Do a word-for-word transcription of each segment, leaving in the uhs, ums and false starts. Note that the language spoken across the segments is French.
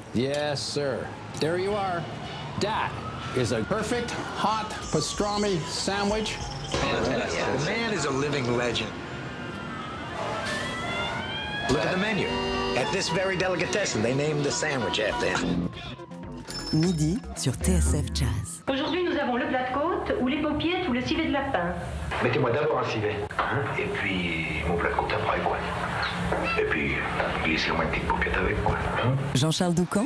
Yes, sir. There you are. That is a perfect hot pastrami sandwich. Fantastic. The man is a living legend. Look at the menu. At this very delicatessen, they named the sandwich after him. Midi sur T S F Jazz. Aujourd'hui, nous avons le plat de côte, ou les paupiètes, ou le civet de lapin. Mettez-moi d'abord un civet, hein, et puis mon plat de côte après, quoi. Et puis, glissez-moi une petite paupiette avec, quoi. Hein. Jean-Charles Doucan.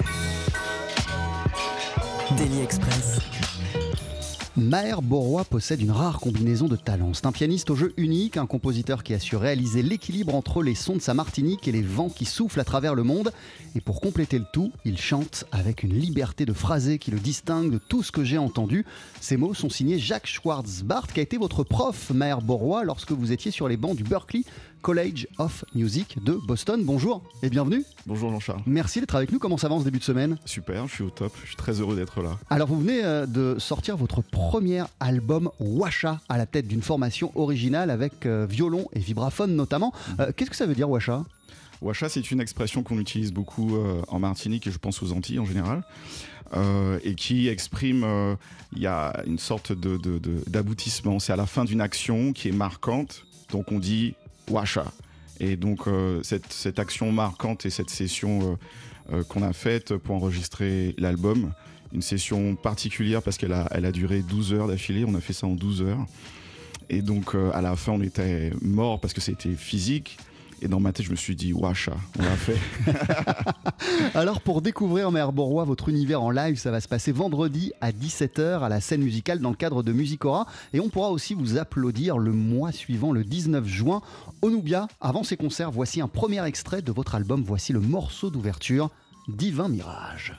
Daily Express. Maher Borois possède une rare combinaison de talents. C'est un pianiste au jeu unique, un compositeur qui a su réaliser l'équilibre entre les sons de sa Martinique et les vents qui soufflent à travers le monde. Et pour compléter le tout, il chante avec une liberté de phrasé qui le distingue de tout ce que j'ai entendu. Ces mots sont signés Jacques Schwartzbart, qui a été votre prof, Maher Borois, lorsque vous étiez sur les bancs du Berklee College of Music de Boston. Bonjour et bienvenue. Bonjour Jean-Charles. Merci d'être avec nous. Comment ça va en ce début de semaine ? Super, je suis au top. Je suis très heureux d'être là. Alors vous venez euh, de sortir votre premier album Wacha à la tête d'une formation originale avec euh, violon et vibraphone notamment. Euh, qu'est-ce que ça veut dire Wacha ? Wacha, c'est une expression qu'on utilise beaucoup euh, en Martinique et je pense aux Antilles en général. Euh, et qui exprime, euh, il y a une sorte de, de, de, d'aboutissement. C'est à la fin d'une action qui est marquante, donc on dit Wacha. Et donc euh, cette, cette action marquante et cette session euh, euh, qu'on a faite pour enregistrer l'album, une session particulière parce qu'elle a, elle a duré douze heures d'affilée, on a fait ça en douze heures. Et donc euh, à la fin on était mort parce que c'était physique. Et dans ma tête, je me suis dit, Wacha, on l'a fait. Alors, pour découvrir Maher Borois, votre univers en live, ça va se passer vendredi à dix-sept heures à la scène musicale dans le cadre de Musicora. Et on pourra aussi vous applaudir le mois suivant, le dix-neuf juin, au Nubia. Avant ces concerts, voici un premier extrait de votre album. Voici le morceau d'ouverture, Divin Mirage.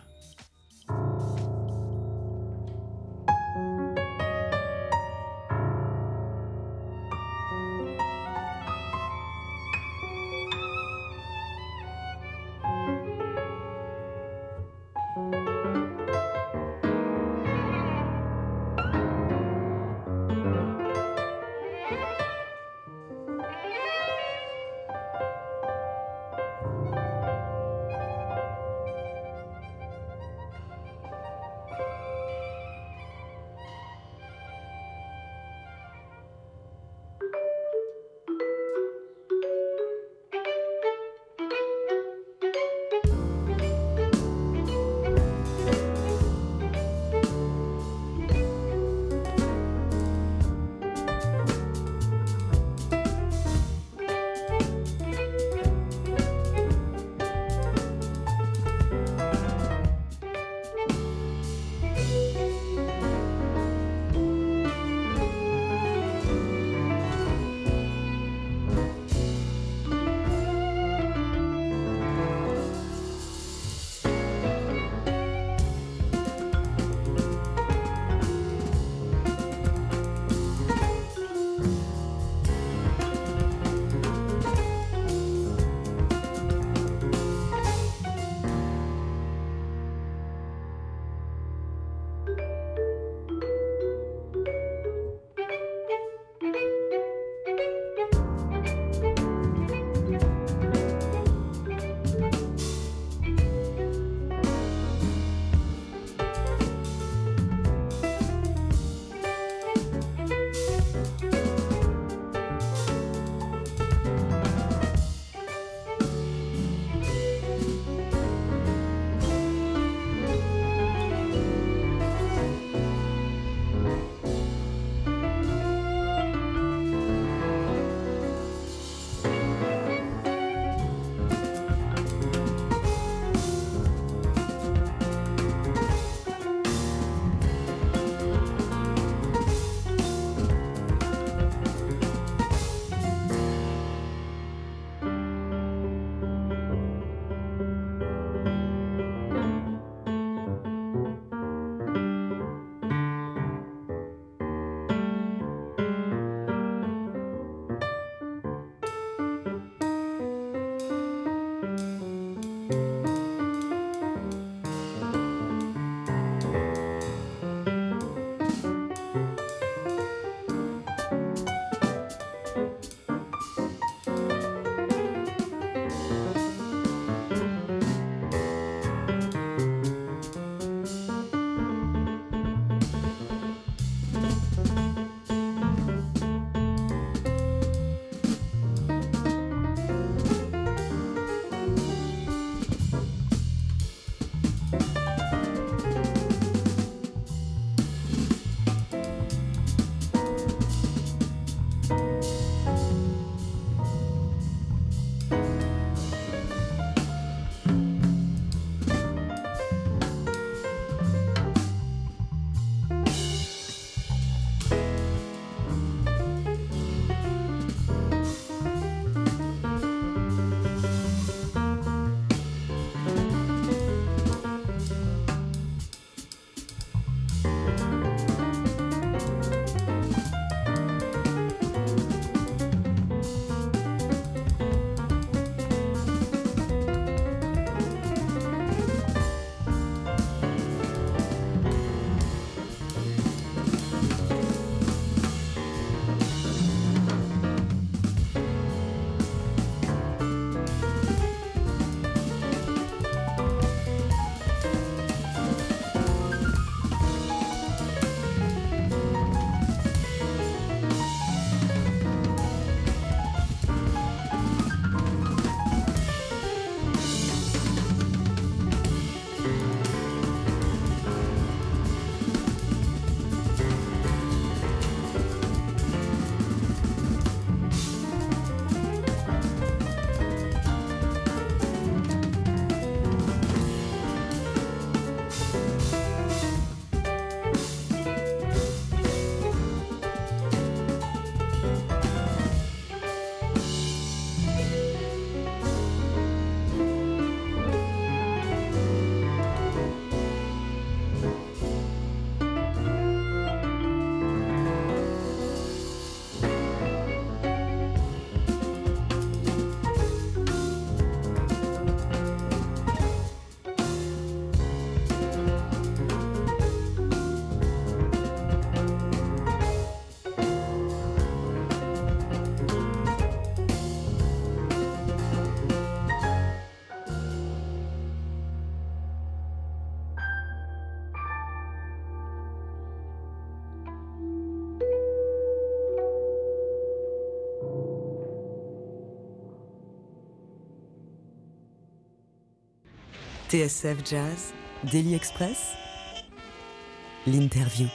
T S F Jazz, Daily Express, l'interview.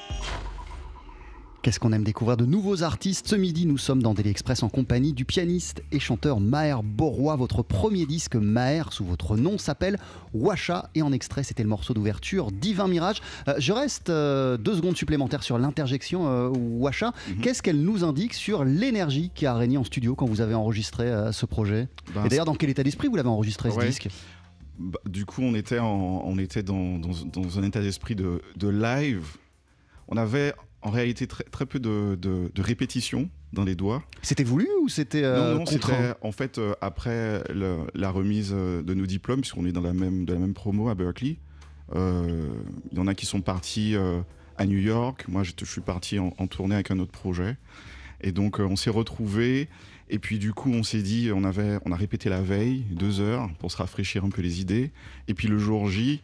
Qu'est-ce qu'on aime découvrir de nouveaux artistes. Ce midi, nous sommes dans Daily Express en compagnie du pianiste et chanteur Maher Borrois. Votre premier disque, Maher, sous votre nom, s'appelle Wacha. Et en extrait, c'était le morceau d'ouverture, Divin Mirage. Euh, je reste euh, deux secondes supplémentaires sur l'interjection euh, Wacha. Mm-hmm. Qu'est-ce qu'elle nous indique sur l'énergie qui a régné en studio quand vous avez enregistré euh, ce projet ben, Et d'ailleurs, dans quel état d'esprit vous l'avez enregistré, ouais. ce disque? Bah, du coup, on était, en, on était dans, dans, dans un état d'esprit de, de live. On avait en réalité très, très peu de, de, de répétitions dans les doigts. C'était voulu ou c'était euh, Non, non, contraint? c'était en fait euh, après le, la remise de nos diplômes, puisqu'on est dans la même, de la même promo à Berklee. Euh, il y en a qui sont partis euh, à New York. Moi, je, je suis parti en, en tournée avec un autre projet. Et donc, euh, on s'est retrouvés. Et puis, du coup, on s'est dit, on, avait, on a répété la veille, deux heures, pour se rafraîchir un peu les idées. Et puis, le jour J,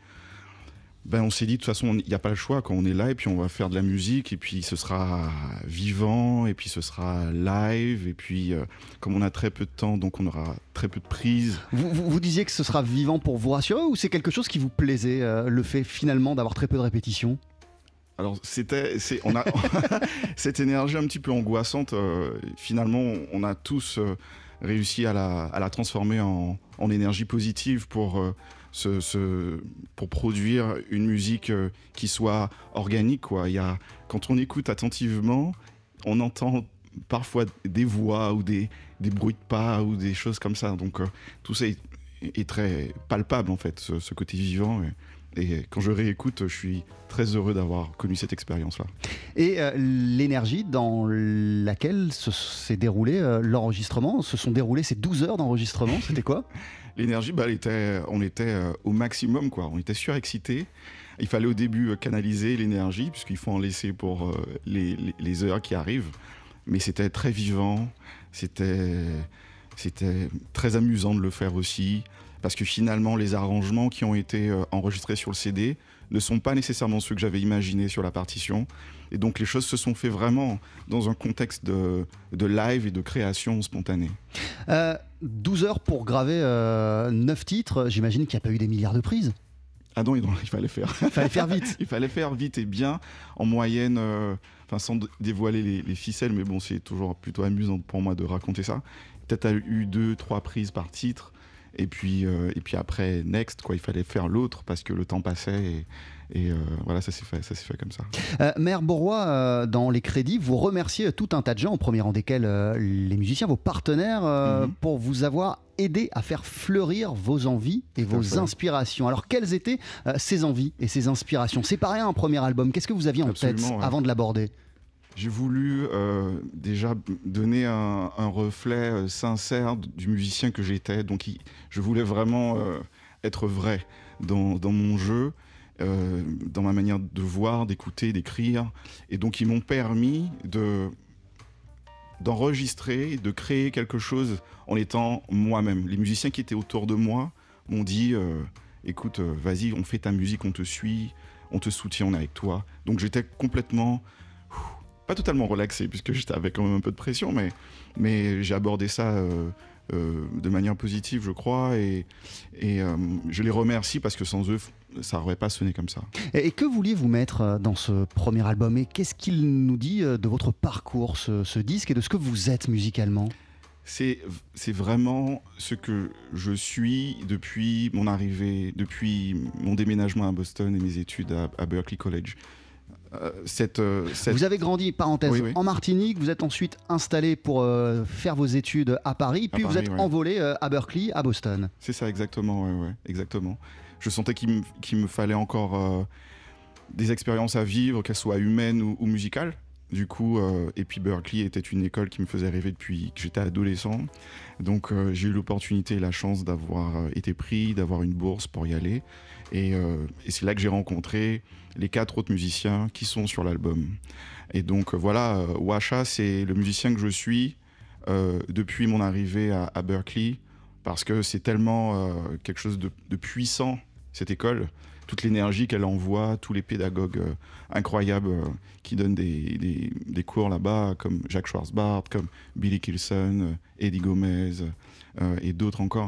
ben, on s'est dit, de toute façon, il n'y a pas le choix quand on est là. Et puis, on va faire de la musique. Et puis, ce sera vivant. Et puis, ce sera live. Et puis, euh, comme on a très peu de temps, donc on aura très peu de prises. Vous, vous, vous disiez que ce sera vivant pour vous rassurer, ou c'est quelque chose qui vous plaisait, euh, le fait finalement d'avoir très peu de répétitions? Alors, c'était, c'est, on a cette énergie un petit peu angoissante. Euh, finalement, on a tous euh, réussi à la, à la transformer en, en énergie positive pour, euh, se, se, pour produire une musique euh, qui soit organique, quoi. Il y a, quand on écoute attentivement, on entend parfois des voix ou des, des bruits de pas ou des choses comme ça. Donc, euh, tout ça est, est très palpable, en fait, ce, ce côté vivant. Et, Et quand je réécoute, je suis très heureux d'avoir connu cette expérience-là. Et euh, l'énergie dans laquelle se, s'est déroulé euh, l'enregistrement, se sont déroulées ces douze heures d'enregistrement, c'était quoi? L'énergie, bah, elle était, on était euh, au maximum, quoi. On était surexcités. Il fallait au début euh, canaliser l'énergie, puisqu'il faut en laisser pour euh, les, les, les heures qui arrivent. Mais c'était très vivant, c'était, c'était très amusant de le faire aussi. Parce que finalement, les arrangements qui ont été euh, enregistrés sur le C D ne sont pas nécessairement ceux que j'avais imaginés sur la partition. Et donc, les choses se sont faites vraiment dans un contexte de, de live et de création spontanée. Euh, douze heures pour graver euh, neuf titres, j'imagine qu'il n'y a pas eu des milliards de prises. Ah non, il fallait faire. Il fallait faire vite. Il fallait faire vite et bien, en moyenne, euh, enfin sans dévoiler les, les ficelles, mais bon, c'est toujours plutôt amusant pour moi de raconter ça. Peut-être eu deux, trois prises par titre. Et puis, euh, et puis après, next, quoi, il fallait faire l'autre parce que le temps passait et, et euh, voilà, ça s'est fait, ça s'est fait comme ça. Euh, Maher Borrois, euh, dans les crédits, vous remerciez tout un tas de gens, au premier rang desquels euh, les musiciens, vos partenaires, euh, mm-hmm. pour vous avoir aidé à faire fleurir vos envies et vos fait. inspirations. Alors, quelles étaient euh, ces envies et ces inspirations? C'est pareil, un premier album. Qu'est-ce que vous aviez en Absolument, tête ouais. avant de l'aborder? J'ai voulu euh, déjà donner un, un reflet euh, sincère du musicien que j'étais. Donc, il, je voulais vraiment euh, être vrai dans, dans mon jeu, euh, dans ma manière de voir, d'écouter, d'écrire. Et donc, ils m'ont permis de, d'enregistrer, de créer quelque chose en étant moi-même. Les musiciens qui étaient autour de moi m'ont dit euh, « Écoute, euh, vas-y, on fait ta musique, on te suit, on te soutient, on est avec toi. » Donc, j'étais complètement... pas totalement relaxé, puisque j'étais avec quand même un peu de pression, mais, mais j'ai abordé ça euh, euh, de manière positive, je crois, et, et euh, je les remercie parce que sans eux, ça n'aurait pas sonné comme ça. Et que vouliez-vous mettre dans ce premier album? Et qu'est-ce qu'il nous dit de votre parcours, ce, ce disque, et de ce que vous êtes musicalement? C'est, c'est vraiment ce que je suis depuis mon arrivée, depuis mon déménagement à Boston et mes études à, à Berklee College. Euh, cette, euh, cette... Vous avez grandi, parenthèse, oui, oui. en Martinique, vous êtes ensuite installé pour euh, faire vos études à Paris, puis à vous Paris, êtes ouais. envolé euh, à Berklee, à Boston. C'est ça, exactement, ouais, ouais, exactement. Je sentais qu'il me, qu'il me fallait encore euh, des expériences à vivre, qu'elles soient humaines ou, ou musicales. Du coup, euh, et puis Berklee était une école qui me faisait rêver depuis que j'étais adolescent. Donc euh, j'ai eu l'opportunité et la chance d'avoir euh, été pris, d'avoir une bourse pour y aller. Et, euh, et c'est là que j'ai rencontré les quatre autres musiciens qui sont sur l'album. Et donc euh, voilà, euh, Wacha, c'est le musicien que je suis euh, depuis mon arrivée à, à Berklee, parce que c'est tellement euh, quelque chose de, de puissant, cette école. Toute l'énergie qu'elle envoie, tous les pédagogues euh, incroyables euh, qui donnent des, des, des cours là-bas, comme Jacques Schwarzbart, comme Billy Kilson, euh, Eddie Gomez euh, et d'autres encore.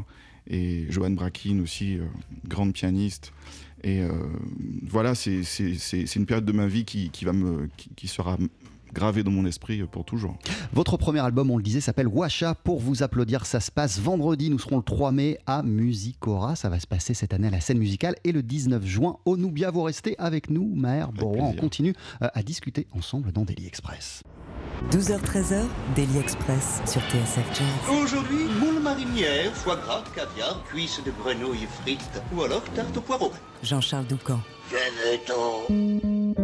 et Johan Brakin aussi, euh, grande pianiste. Et euh, voilà, c'est, c'est, c'est, c'est une période de ma vie qui, qui, va me, qui, qui sera gravée dans mon esprit pour toujours. Votre premier album, on le disait, s'appelle Wacha. Pour vous applaudir, ça se passe vendredi. Nous serons le trois mai à Musicora. Ça va se passer cette année à la scène musicale. Et le dix-neuf juin au Noubia. Vous restez avec nous, Maher Boroua. On continue à discuter ensemble dans Daily Express. douze heures treize heures, Daily Express sur T S F Jazz. Aujourd'hui, moule marinière, foie gras, caviar, cuisses de grenouille frites ou alors tarte au poireau. Jean-Charles Doucan. Venez-t'en.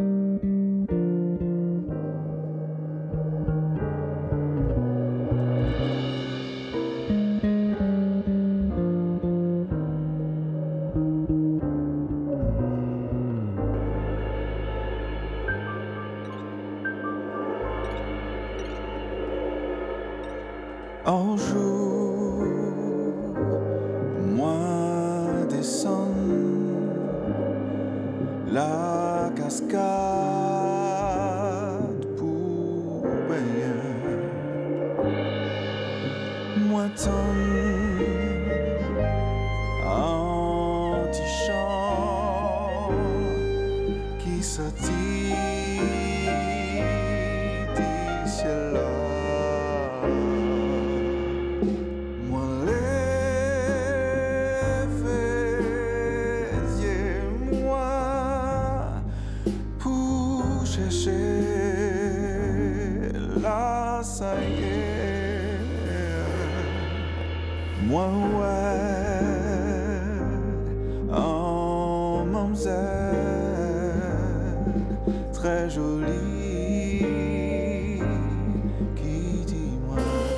Un jour, mois décembre, la cascade pour baigner, moi tombe un petit chant qui s'attire du ciel là. Ça y est, moi ouais, en mamzelle, très jolie, qui dit moi.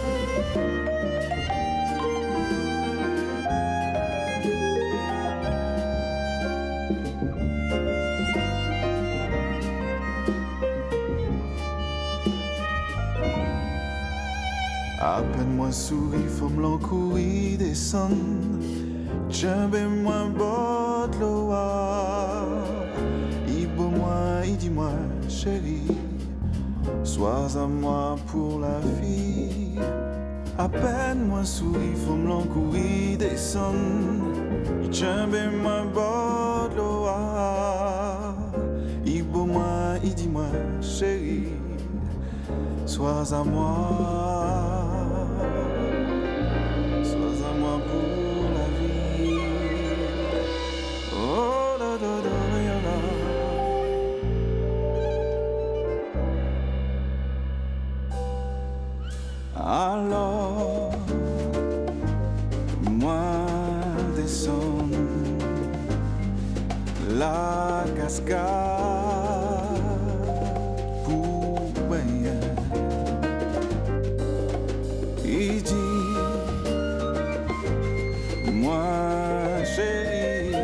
À peine moi souris, forme l'encourir, descendre. Jambe moi bord loa. Il beau moi, il dit moi, chérie, sois à moi pour la vie. À peine moi souris, forme l'encourir, descendre. Jambe moi bord loa. Il beau moi, il dit moi, chérie, sois à moi. Alors, moi descends la cascade pour baigner. Il dit, moi chérie,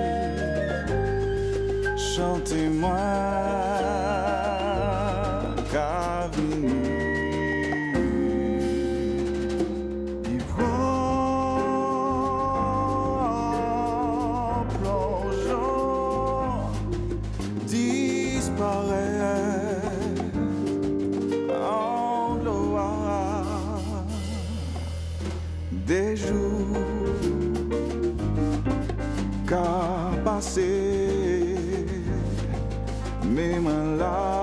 chantez-moi. Des jours qu'a passé, mes mains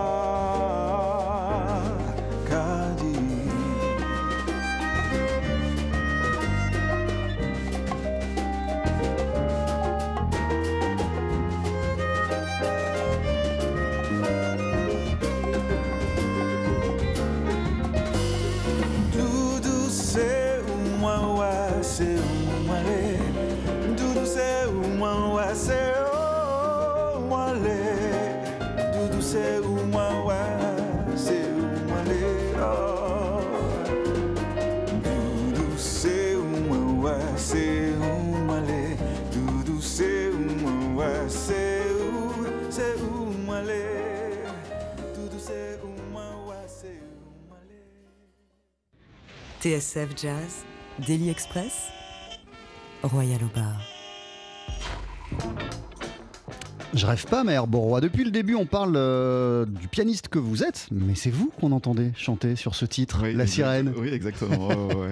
là qu'a dit. Doudou c'est où moi ouais c'est où moi les. Doudou c'est où moi ouais c'est où moi les. Doudou c'est où moi ouais c'est où moi les. Oh. Doudou c'est où moi ouais c'est où moi les. Doudou c'est où moi ouais c'est où c'est où moi les. Doudou c'est où moi ouais c'est où moi les. T S F Jazz, Daily Express, Royal au bar. Je rêve pas, Maher Boroua. Depuis le début, on parle euh, du pianiste que vous êtes, mais c'est vous qu'on entendait chanter sur ce titre, Oui, La exact- Sirène. Oui, exactement. ouais, ouais, ouais.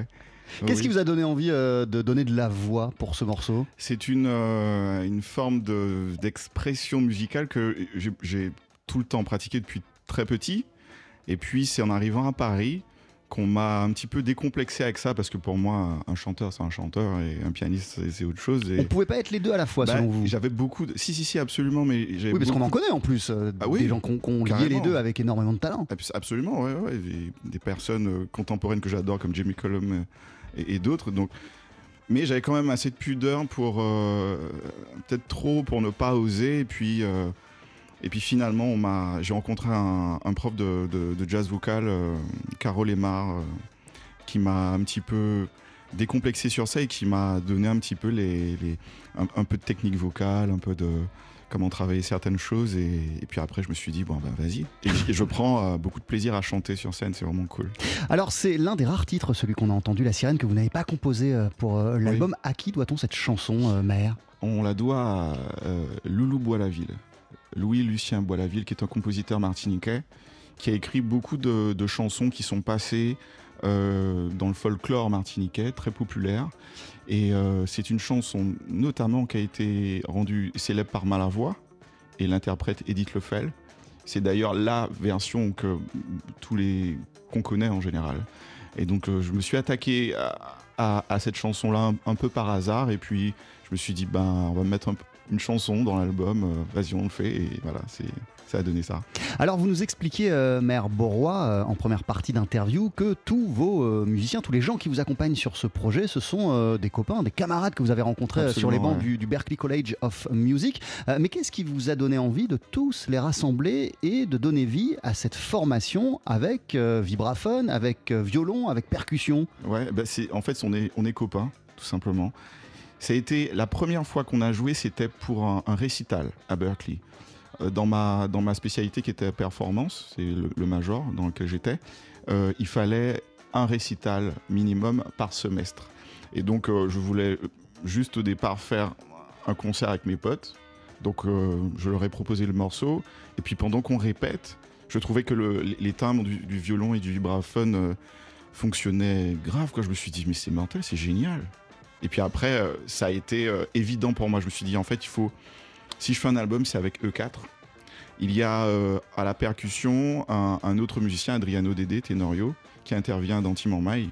Qu'est-ce Oui. qui vous a donné envie euh, de donner de la voix pour ce morceau ? C'est une, euh, une forme de, d'expression musicale que j'ai, j'ai tout le temps pratiquée depuis très petit. Et puis c'est en arrivant à Paris qu'on m'a un petit peu décomplexé avec ça, parce que pour moi, un chanteur, c'est un chanteur et un pianiste, c'est, c'est autre chose. Et... On pouvait pas être les deux à la fois, Bah, selon vous ? J'avais beaucoup de... Si, si, si, absolument, mais j'avais Oui, parce qu'on beaucoup en connaît en plus, euh, Ah oui, des gens qui ont, qui ont lié carrément. les deux avec énormément de talent. Abs- Absolument, ouais, ouais, des, des personnes euh, contemporaines que j'adore comme Jamie Cullum euh, et, et d'autres. Donc, mais j'avais quand même assez de pudeur pour euh, peut-être trop pour ne pas oser. Et puis, euh, et puis finalement, on m'a, j'ai rencontré un, un prof de, de, de jazz vocal, euh, Carole Aymar, euh, qui m'a un petit peu décomplexé sur ça et qui m'a donné un petit peu les, les un, un peu de technique vocale, un peu de comment travailler certaines choses, et, et puis après je me suis dit bon ben vas-y, et, et je prends euh, beaucoup de plaisir à chanter sur scène, c'est vraiment cool. Alors c'est l'un des rares titres, celui qu'on a entendu, La Sirène, que vous n'avez pas composé euh, pour euh, l'album. Oui. À qui doit-on cette chanson, euh, Maher ? On la doit à euh, Loulou Boislaville, Louis-Lucien Boislaville, qui est un compositeur martiniquais, qui a écrit beaucoup de, de chansons qui sont passées euh, dans le folklore martiniquais, très populaire. Et euh, c'est une chanson notamment qui a été rendue célèbre par Malavoie et l'interprète Edith Lefel. C'est d'ailleurs la version que tous les qu'on connaît en général. Et donc euh, je me suis attaqué à, à, à cette chanson-là un, un peu par hasard, et puis je me suis dit ben on va mettre un, une chanson dans l'album, euh, vas-y on le fait, et voilà, c'est ça a donné ça. Alors vous nous expliquiez, euh, Maher Borroy, euh, en première partie d'interview, que tous vos euh, musiciens, tous les gens qui vous accompagnent sur ce projet, ce sont euh, des copains, des camarades que vous avez rencontrés Absolument, sur les bancs ouais. du, du Berklee College of Music. Euh, mais qu'est-ce qui vous a donné envie de tous les rassembler et de donner vie à cette formation avec euh, vibraphone, avec euh, violon, avec percussion ? Ouais, bah c'est, en fait on est, on est copains, tout simplement. Ça a été la première fois qu'on a joué, c'était pour un, un récital à Berklee. Dans ma, dans ma spécialité qui était performance, c'est le, le major dans lequel j'étais, euh, il fallait un récital minimum par semestre. Et donc euh, je voulais juste au départ faire un concert avec mes potes. Donc euh, je leur ai proposé le morceau. Et puis pendant qu'on répète, je trouvais que le, les timbres du, du violon et du vibraphone euh, fonctionnaient grave, quoi. Je me suis dit mais c'est mortel, c'est génial. Et puis après, euh, ça a été euh, évident pour moi. Je me suis dit en fait il faut... Si je fais un album, c'est avec eux quatre. Il y a euh, à la percussion un, un autre musicien, Adriano Dédé, Tenorio, qui intervient dans Tim en Maille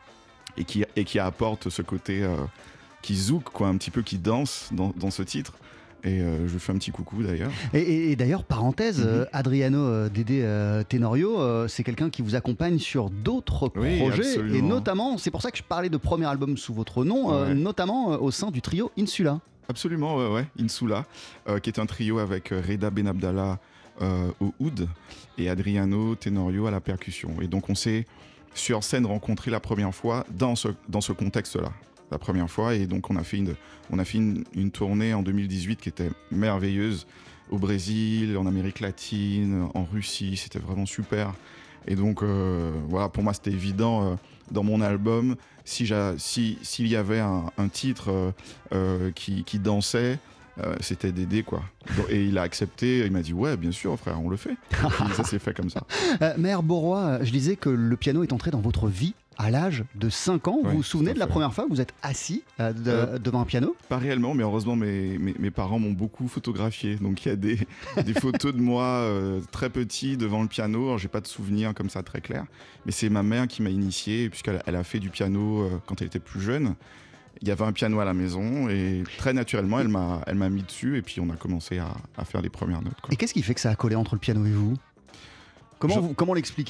et qui, et qui apporte ce côté euh, qui zouk, quoi, un petit peu qui danse dans, dans ce titre. Et euh, je lui fais un petit coucou d'ailleurs. Et, et, et d'ailleurs, parenthèse, mm-hmm. euh, Adriano euh, Dédé euh, Tenorio, euh, c'est quelqu'un qui vous accompagne sur d'autres oui, projets. Absolument. Et notamment, c'est pour ça que je parlais de premier album sous votre nom, ouais. euh, notamment euh, au sein du trio Insula. Absolument, ouais, ouais. Insula, euh, qui est un trio avec Reda Benabdallah euh, au oud et Adriano Tenorio à la percussion. Et donc on s'est sur scène rencontrés la première fois dans ce, dans ce contexte-là, la première fois. Et donc on a fait, une, on a fait une, une tournée en deux mille dix-huit qui était merveilleuse, au Brésil, en Amérique latine, en Russie, c'était vraiment super. Et donc euh, voilà, pour moi c'était évident euh, dans mon album, si j'a, si, s'il y avait un, un titre euh, euh, qui, qui dansait, euh, c'était Dédé, quoi. Et il a accepté, il m'a dit ouais bien sûr frère, on le fait. Et ça s'est fait comme ça. euh, Maher Borroy, je disais que le piano est entré dans votre vie à l'âge de cinq ans. Oui, vous vous souvenez de la première fois que vous êtes assis euh, de, euh, devant un piano ? Pas réellement, mais heureusement mes, mes, mes parents m'ont beaucoup photographié. Donc il y a des, des photos de moi euh, très petit devant le piano. Alors, j'ai pas de souvenirs comme ça très clairs, mais c'est ma mère qui m'a initié, puisqu'elle elle a fait du piano euh, quand elle était plus jeune. Il y avait un piano à la maison et très naturellement elle m'a, elle m'a mis dessus, et puis on a commencé à, à faire les premières notes, quoi. Et qu'est-ce qui fait que ça a collé entre le piano et vous ? Comment, je... vous, comment l'expliquez-vous ?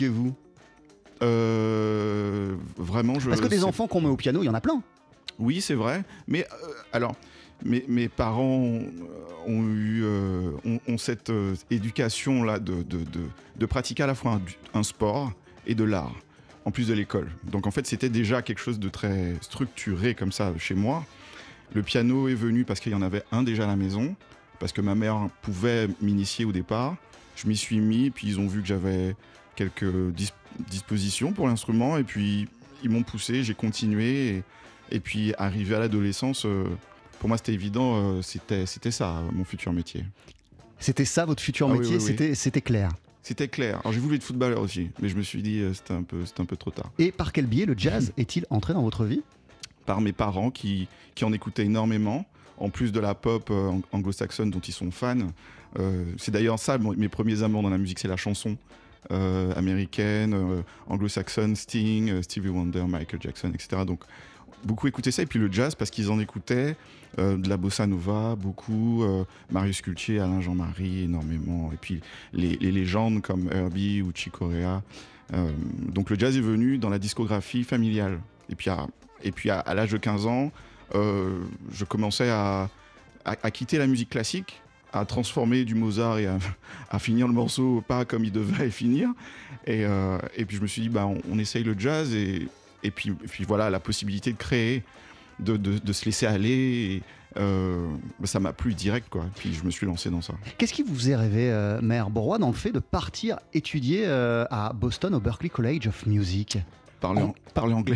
Euh, vraiment, je. Parce que des c'est... enfants qu'on met au piano, il y en a plein. Oui, c'est vrai. Mais euh, alors, mes, mes parents ont eu euh, ont, ont cette euh, éducation là de, de, de, de pratiquer à la fois un, un sport et de l'art, en plus de l'école. Donc en fait, c'était déjà quelque chose de très structuré comme ça chez moi. Le piano est venu parce qu'il y en avait un déjà à la maison, parce que ma mère pouvait m'initier au départ. Je m'y suis mis, puis ils ont vu que j'avais quelques dis- dispositions pour l'instrument, et puis ils m'ont poussé, j'ai continué, et, et puis arrivé à l'adolescence, euh, pour moi c'était évident, euh, c'était, c'était ça mon futur métier. C'était ça votre futur ah, métier, oui, oui, c'était, oui. c'était clair. c'était clair. Alors j'ai voulu être footballeur aussi, mais je me suis dit euh, c'était un peu, c'était un peu trop tard. Et par quel biais le jazz est-il entré dans votre vie ? Par mes parents qui, qui en écoutaient énormément, en plus de la pop euh, anglo-saxonne dont ils sont fans. Euh, c'est d'ailleurs ça, mon, mes premiers amours dans la musique, c'est la chanson euh, américaine, euh, anglo-saxonne, Sting, euh, Stevie Wonder, Michael Jackson, et cetera. Donc beaucoup écoutaient ça, et puis le jazz parce qu'ils en écoutaient, euh, de la bossa nova, beaucoup, euh, Marius Cultier, Alain Jean-Marie, énormément, et puis les, les légendes comme Herbie ou Chick Corea. Euh, donc le jazz est venu dans la discographie familiale. Et puis à, et puis à, à l'âge de quinze ans, euh, je commençais à, à, à quitter la musique classique, à transformer du Mozart et à, à finir le morceau pas comme il devait finir. Et, euh, et puis je me suis dit, bah, on, on essaye le jazz et, et, puis, et puis voilà, la possibilité de créer, de, de, de se laisser aller. Et, euh, bah, ça m'a plu direct, quoi. Puis je me suis lancé dans ça. Qu'est-ce qui vous faisait rêver, euh, Maher Borrois, dans le fait de partir étudier euh, à Boston au Berklee College of Music ? Parler, en, parler anglais.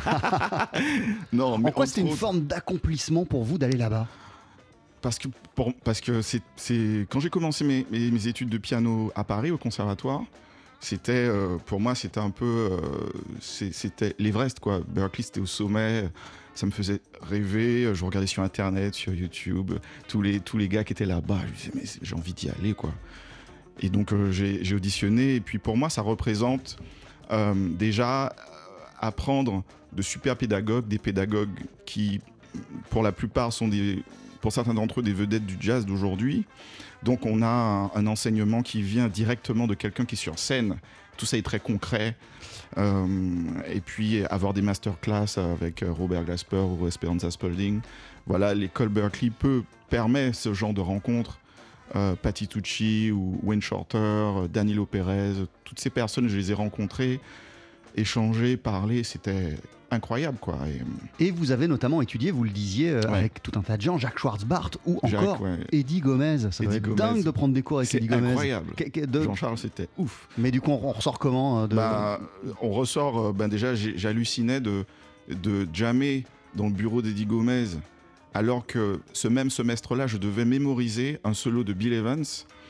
Non, mais en quoi c'était une autres... forme d'accomplissement pour vous d'aller là-bas ? Parce que, pour, parce que c'est, c'est, quand j'ai commencé mes, mes, mes études de piano à Paris, au conservatoire, c'était, euh, pour moi, c'était un peu... Euh, c'est, c'était l'Everest, quoi. Berklee, c'était au sommet. Ça me faisait rêver. Je regardais sur Internet, sur YouTube, tous les, tous les gars qui étaient là-bas. Je me disais, mais j'ai envie d'y aller, quoi. Et donc, euh, j'ai, j'ai auditionné. Et puis, pour moi, ça représente euh, déjà euh, apprendre de super pédagogues, des pédagogues qui, pour la plupart, sont des... pour certains d'entre eux, des vedettes du jazz d'aujourd'hui. Donc on a un, un enseignement qui vient directement de quelqu'un qui est sur scène. Tout ça est très concret. Euh, et puis avoir des masterclass avec Robert Glasper ou Esperanza Spalding. Voilà, l'école Berklee peut permettre ce genre de rencontres. Euh, Patty Tucci ou Wayne Shorter, Danilo Perez, toutes ces personnes, je les ai rencontrées, échangées, parlé, c'était... incroyable, quoi. Et... et vous avez notamment étudié, vous le disiez, euh, ouais. avec tout un tas de gens, Jacques Schwartzbart ou Jacques, encore ouais. Eddie Gomez. Ça Eddie doit être Gomez. dingue de prendre des cours avec c'est Eddie Gomez. C'est incroyable. Que, que de... Jean-Charles, c'était ouf. Mais du coup, on, on ressort comment de... bah, on ressort, ben déjà, j'hallucinais de, de jammer dans le bureau d'Eddie Gomez, alors que ce même semestre-là, je devais mémoriser un solo de Bill Evans,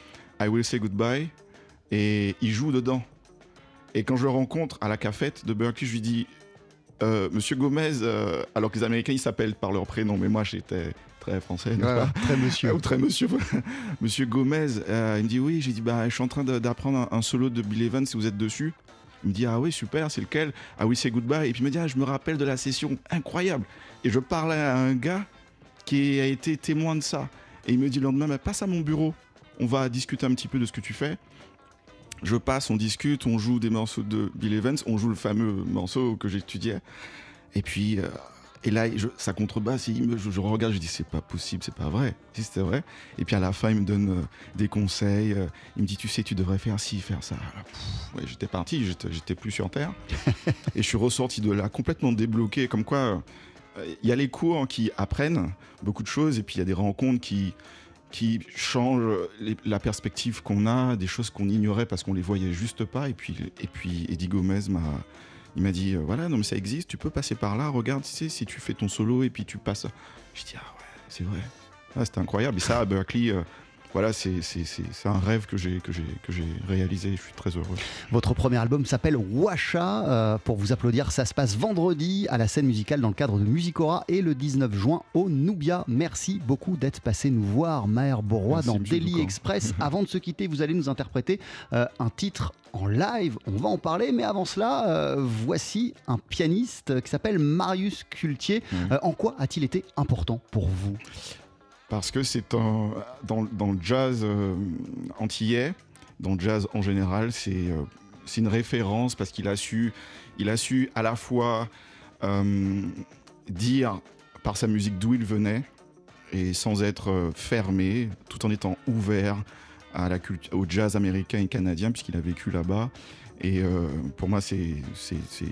I Will Say Goodbye, et il joue dedans. Et quand je le rencontre à la cafette de Berklee, je lui dis... Euh, Monsieur Gomez, euh, alors que les Américains ils s'appellent par leur prénom, mais moi j'étais très français, n'est-ce ouais, pas ? Très monsieur. Ou très monsieur. Monsieur Gomez, euh, il me dit oui. J'ai dit bah je suis en train de, d'apprendre un, un solo de Bill Evans si vous êtes dessus. Il me dit ah oui super, c'est lequel ? Ah oui c'est Goodbye. Et puis il me dit ah je me rappelle de la session, incroyable. Et je parlais à un gars qui a été témoin de ça. Et il me dit le lendemain bah, passe à mon bureau, on va discuter un petit peu de ce que tu fais. Je passe, on discute, on joue des morceaux de Bill Evans, on joue le fameux morceau que j'étudiais. Et puis, euh, et là, je, ça contrebasse, il me, je, je regarde, je dis c'est pas possible, c'est pas vrai. Si c'était vrai. Et puis à la fin, il me donne euh, des conseils. Euh, il me dit tu sais, tu devrais faire ci, faire ça. Là, pff, ouais, j'étais parti, j'étais, j'étais plus sur terre. Et je suis ressorti de là complètement débloqué. Comme quoi, il euh, y a les cours qui apprennent beaucoup de choses, et puis il y a des rencontres qui qui changent les, la perspective qu'on a, des choses qu'on ignorait parce qu'on les voyait juste pas. Et puis, et puis Eddie Gomez m'a, il m'a dit, euh, voilà, non mais ça existe, tu peux passer par là, regarde, tu sais, si tu fais ton solo et puis tu passes. Je dis, ah ouais, c'est vrai. Ah, c'était incroyable. Et ça, à Berklee, euh, voilà, c'est, c'est, c'est, c'est un rêve que j'ai, que, j'ai, que j'ai réalisé. Je suis très heureux. Votre premier album s'appelle Wacha. Euh, pour vous applaudir, ça se passe vendredi à la scène musicale dans le cadre de Musicora et le dix-neuf juin au Nubia. Merci beaucoup d'être passé nous voir, Maher Borrois, dans Daily Express. Avant de se quitter, vous allez nous interpréter euh, un titre en live. On va en parler, mais avant cela, euh, voici un pianiste qui s'appelle Marius Cultier. Mmh. Euh, en quoi a-t-il été important pour vous ? Parce que c'est un, dans, dans le jazz euh, antillais, dans le jazz en général, c'est, euh, c'est une référence parce qu'il a su, il a su à la fois euh, dire par sa musique d'où il venait et sans être euh, fermé, tout en étant ouvert à la cult- au jazz américain et canadien puisqu'il a vécu là-bas. Et euh, pour moi, c'est... c'est, c'est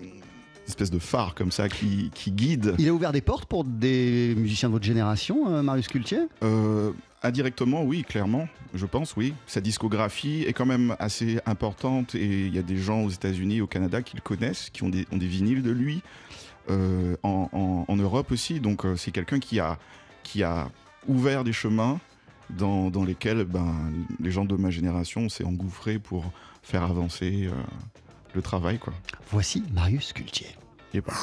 espèce de phare comme ça qui, qui guide. Il a ouvert des portes pour des musiciens de votre génération, euh, Marius Cultier ? euh, Indirectement, oui, clairement, je pense, oui. Sa discographie est quand même assez importante et il y a des gens aux États-Unis, au Canada qui le connaissent, qui ont des, ont des vinyles de lui, euh, en, en, en Europe aussi. Donc euh, c'est quelqu'un qui a, qui a ouvert des chemins dans, dans lesquels ben, les gens de ma génération s'est engouffrés pour faire avancer euh, le travail, quoi. Voici Marius Cultier. Et pas.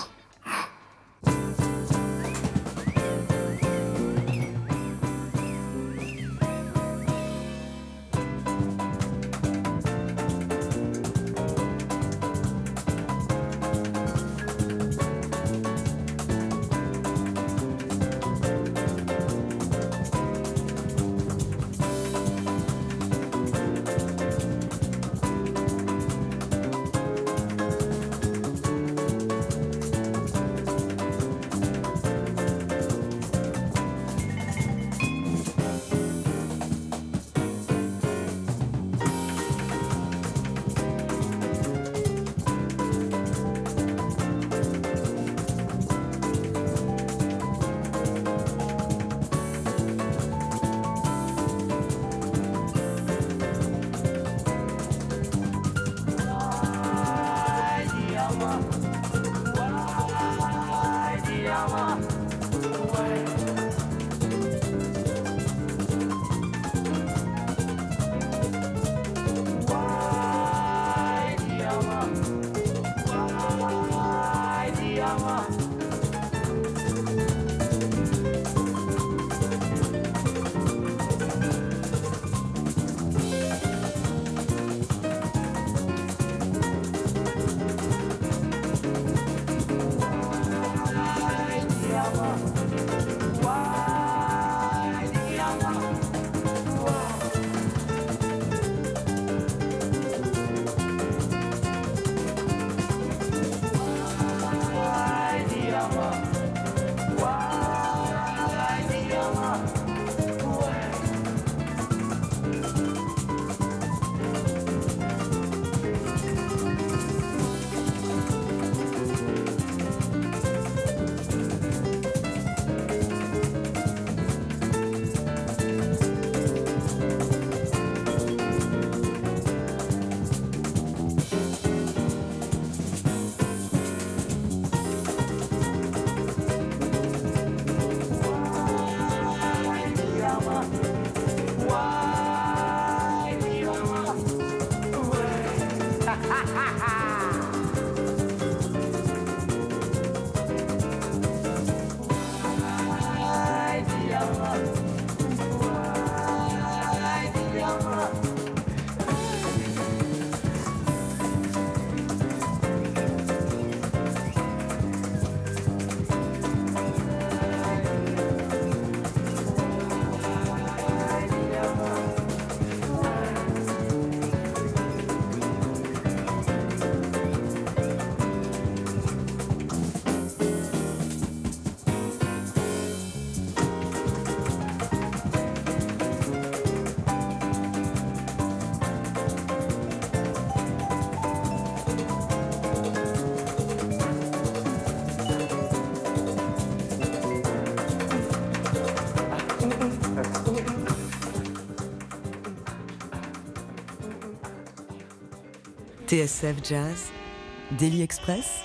T S F Jazz, Daily Express,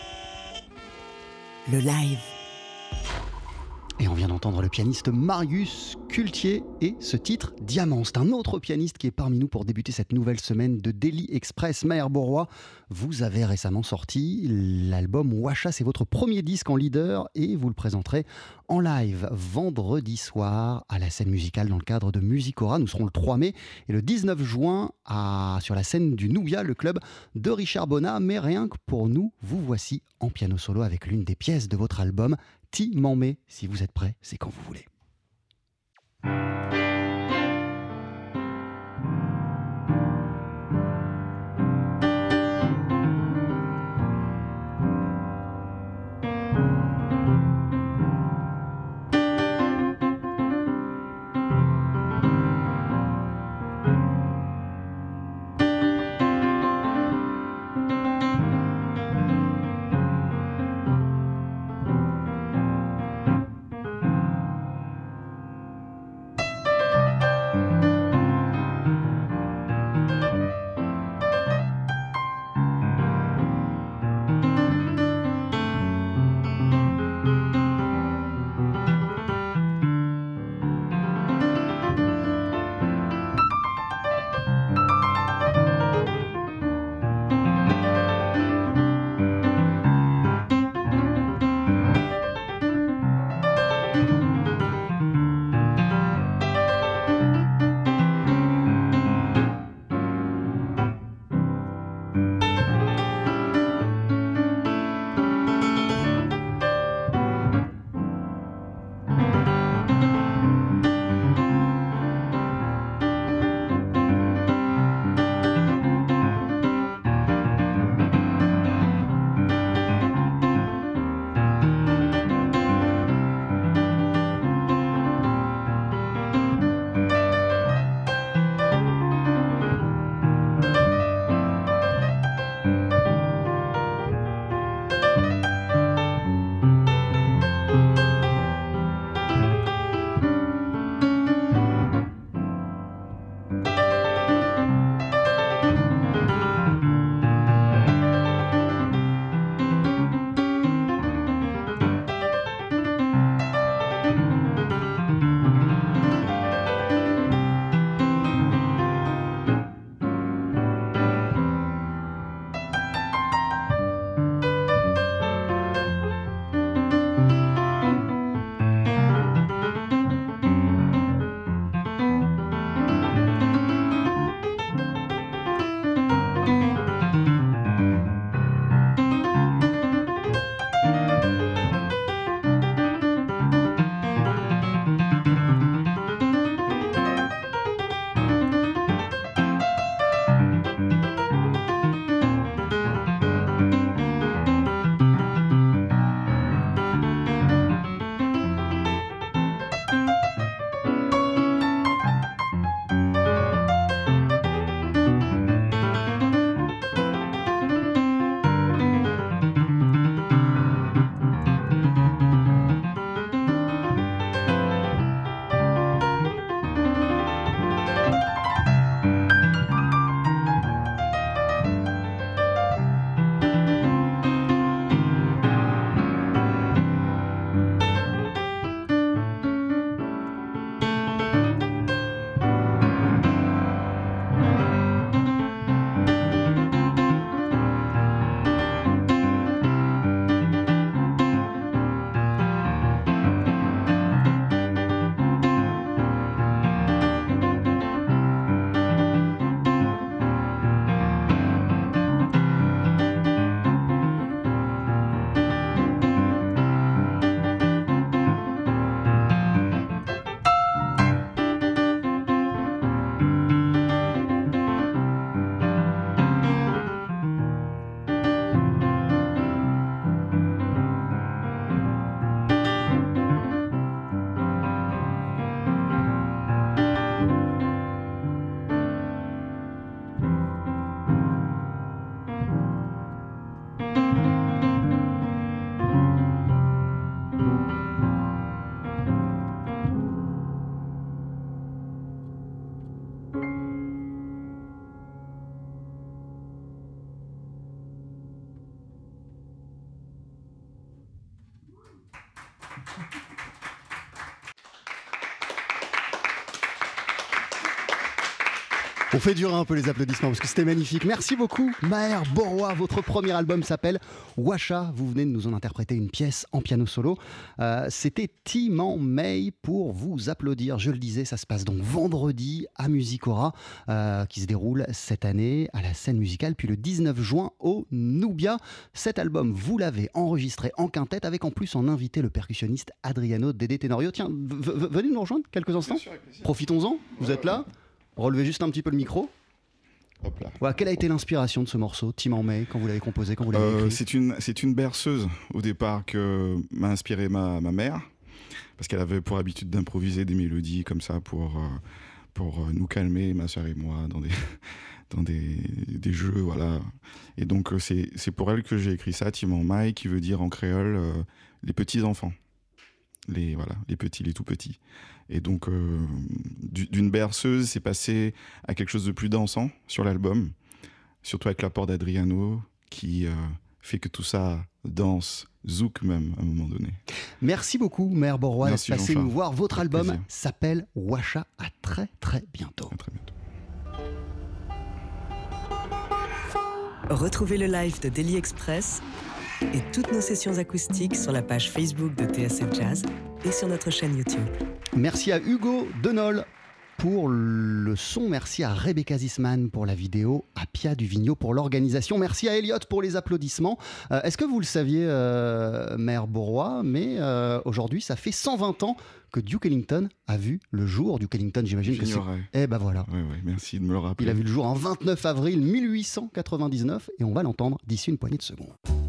le live. Et on vient d'entendre le pianiste Marius Cultier et ce titre Diamant. C'est un autre pianiste qui est parmi nous pour débuter cette nouvelle semaine de Daily Express. Maher Bourrois, vous avez récemment sorti l'album Wacha, c'est votre premier disque en leader et vous le présenterez en live vendredi soir à la scène musicale dans le cadre de Musicora. Nous serons le trois mai et le dix-neuf juin à, sur la scène du Noubia, le club de Richard Bonnat. Mais rien que pour nous, vous voici en piano solo avec l'une des pièces de votre album Ti M'en-mets. Si vous êtes prêts, c'est quand vous voulez. On fait durer un peu les applaudissements parce que c'était magnifique. Merci beaucoup, Maher Borois. Votre premier album s'appelle Wacha. Vous venez de nous en interpréter une pièce en piano solo. Euh, c'était Tim en May pour vous applaudir. Je le disais, ça se passe donc vendredi à Musicora, euh, qui se déroule cette année à la scène musicale, puis le dix-neuf juin au Nubia. Cet album, vous l'avez enregistré en quintette avec en plus en invité le percussionniste Adriano Dédé Tenorio. Tiens, v- v- venez nous rejoindre quelques instants. Bien sûr, avec plaisir. Profitons-en. Vous êtes là. Relevez juste un petit peu le micro. Hop là. Voilà, quelle a été l'inspiration de ce morceau, Tim en May, quand vous l'avez composé, quand vous l'avez Euh, écrit? c'est une, c'est une berceuse au départ que m'a inspiré ma, ma mère, parce qu'elle avait pour habitude d'improviser des mélodies comme ça pour, euh, pour euh, nous calmer, ma soeur et moi, dans des, dans des, des jeux, voilà. Et donc euh, c'est, c'est pour elle que j'ai écrit ça, Tim en May, qui veut dire en créole euh, les petits enfants, les voilà, les petits, les tout petits. Et donc euh, du- d'une berceuse, c'est passé à quelque chose de plus dansant sur l'album, surtout avec l'apport d'Adriano, qui euh, fait que tout ça danse, zouk même à un moment donné. Merci beaucoup, Maher Borois, d'être Merci, passé Jean-Charles. nous voir. Votre Avec album plaisir. s'appelle Wacha. À très très bientôt. À très bientôt. Retrouvez le live de Daily Express et toutes nos sessions acoustiques sur la page Facebook de T S F Jazz et sur notre chaîne YouTube. Merci à Hugo Denol pour le son. Merci à Rebecca Zisman pour la vidéo, à Pia Duvigneau pour l'organisation. Merci à Elliot pour les applaudissements. Euh, est-ce que vous le saviez, euh, Maher Borois, mais euh, aujourd'hui, ça fait cent vingt ans que Duke Ellington a vu le jour. Duke Ellington, j'imagine que c'est... J'ignorais. Eh ben voilà. Ouais, ouais, merci de me le rappeler. Il a vu le jour en vingt-neuf avril mille huit cent quatre-vingt-dix-neuf et on va l'entendre d'ici une poignée de secondes.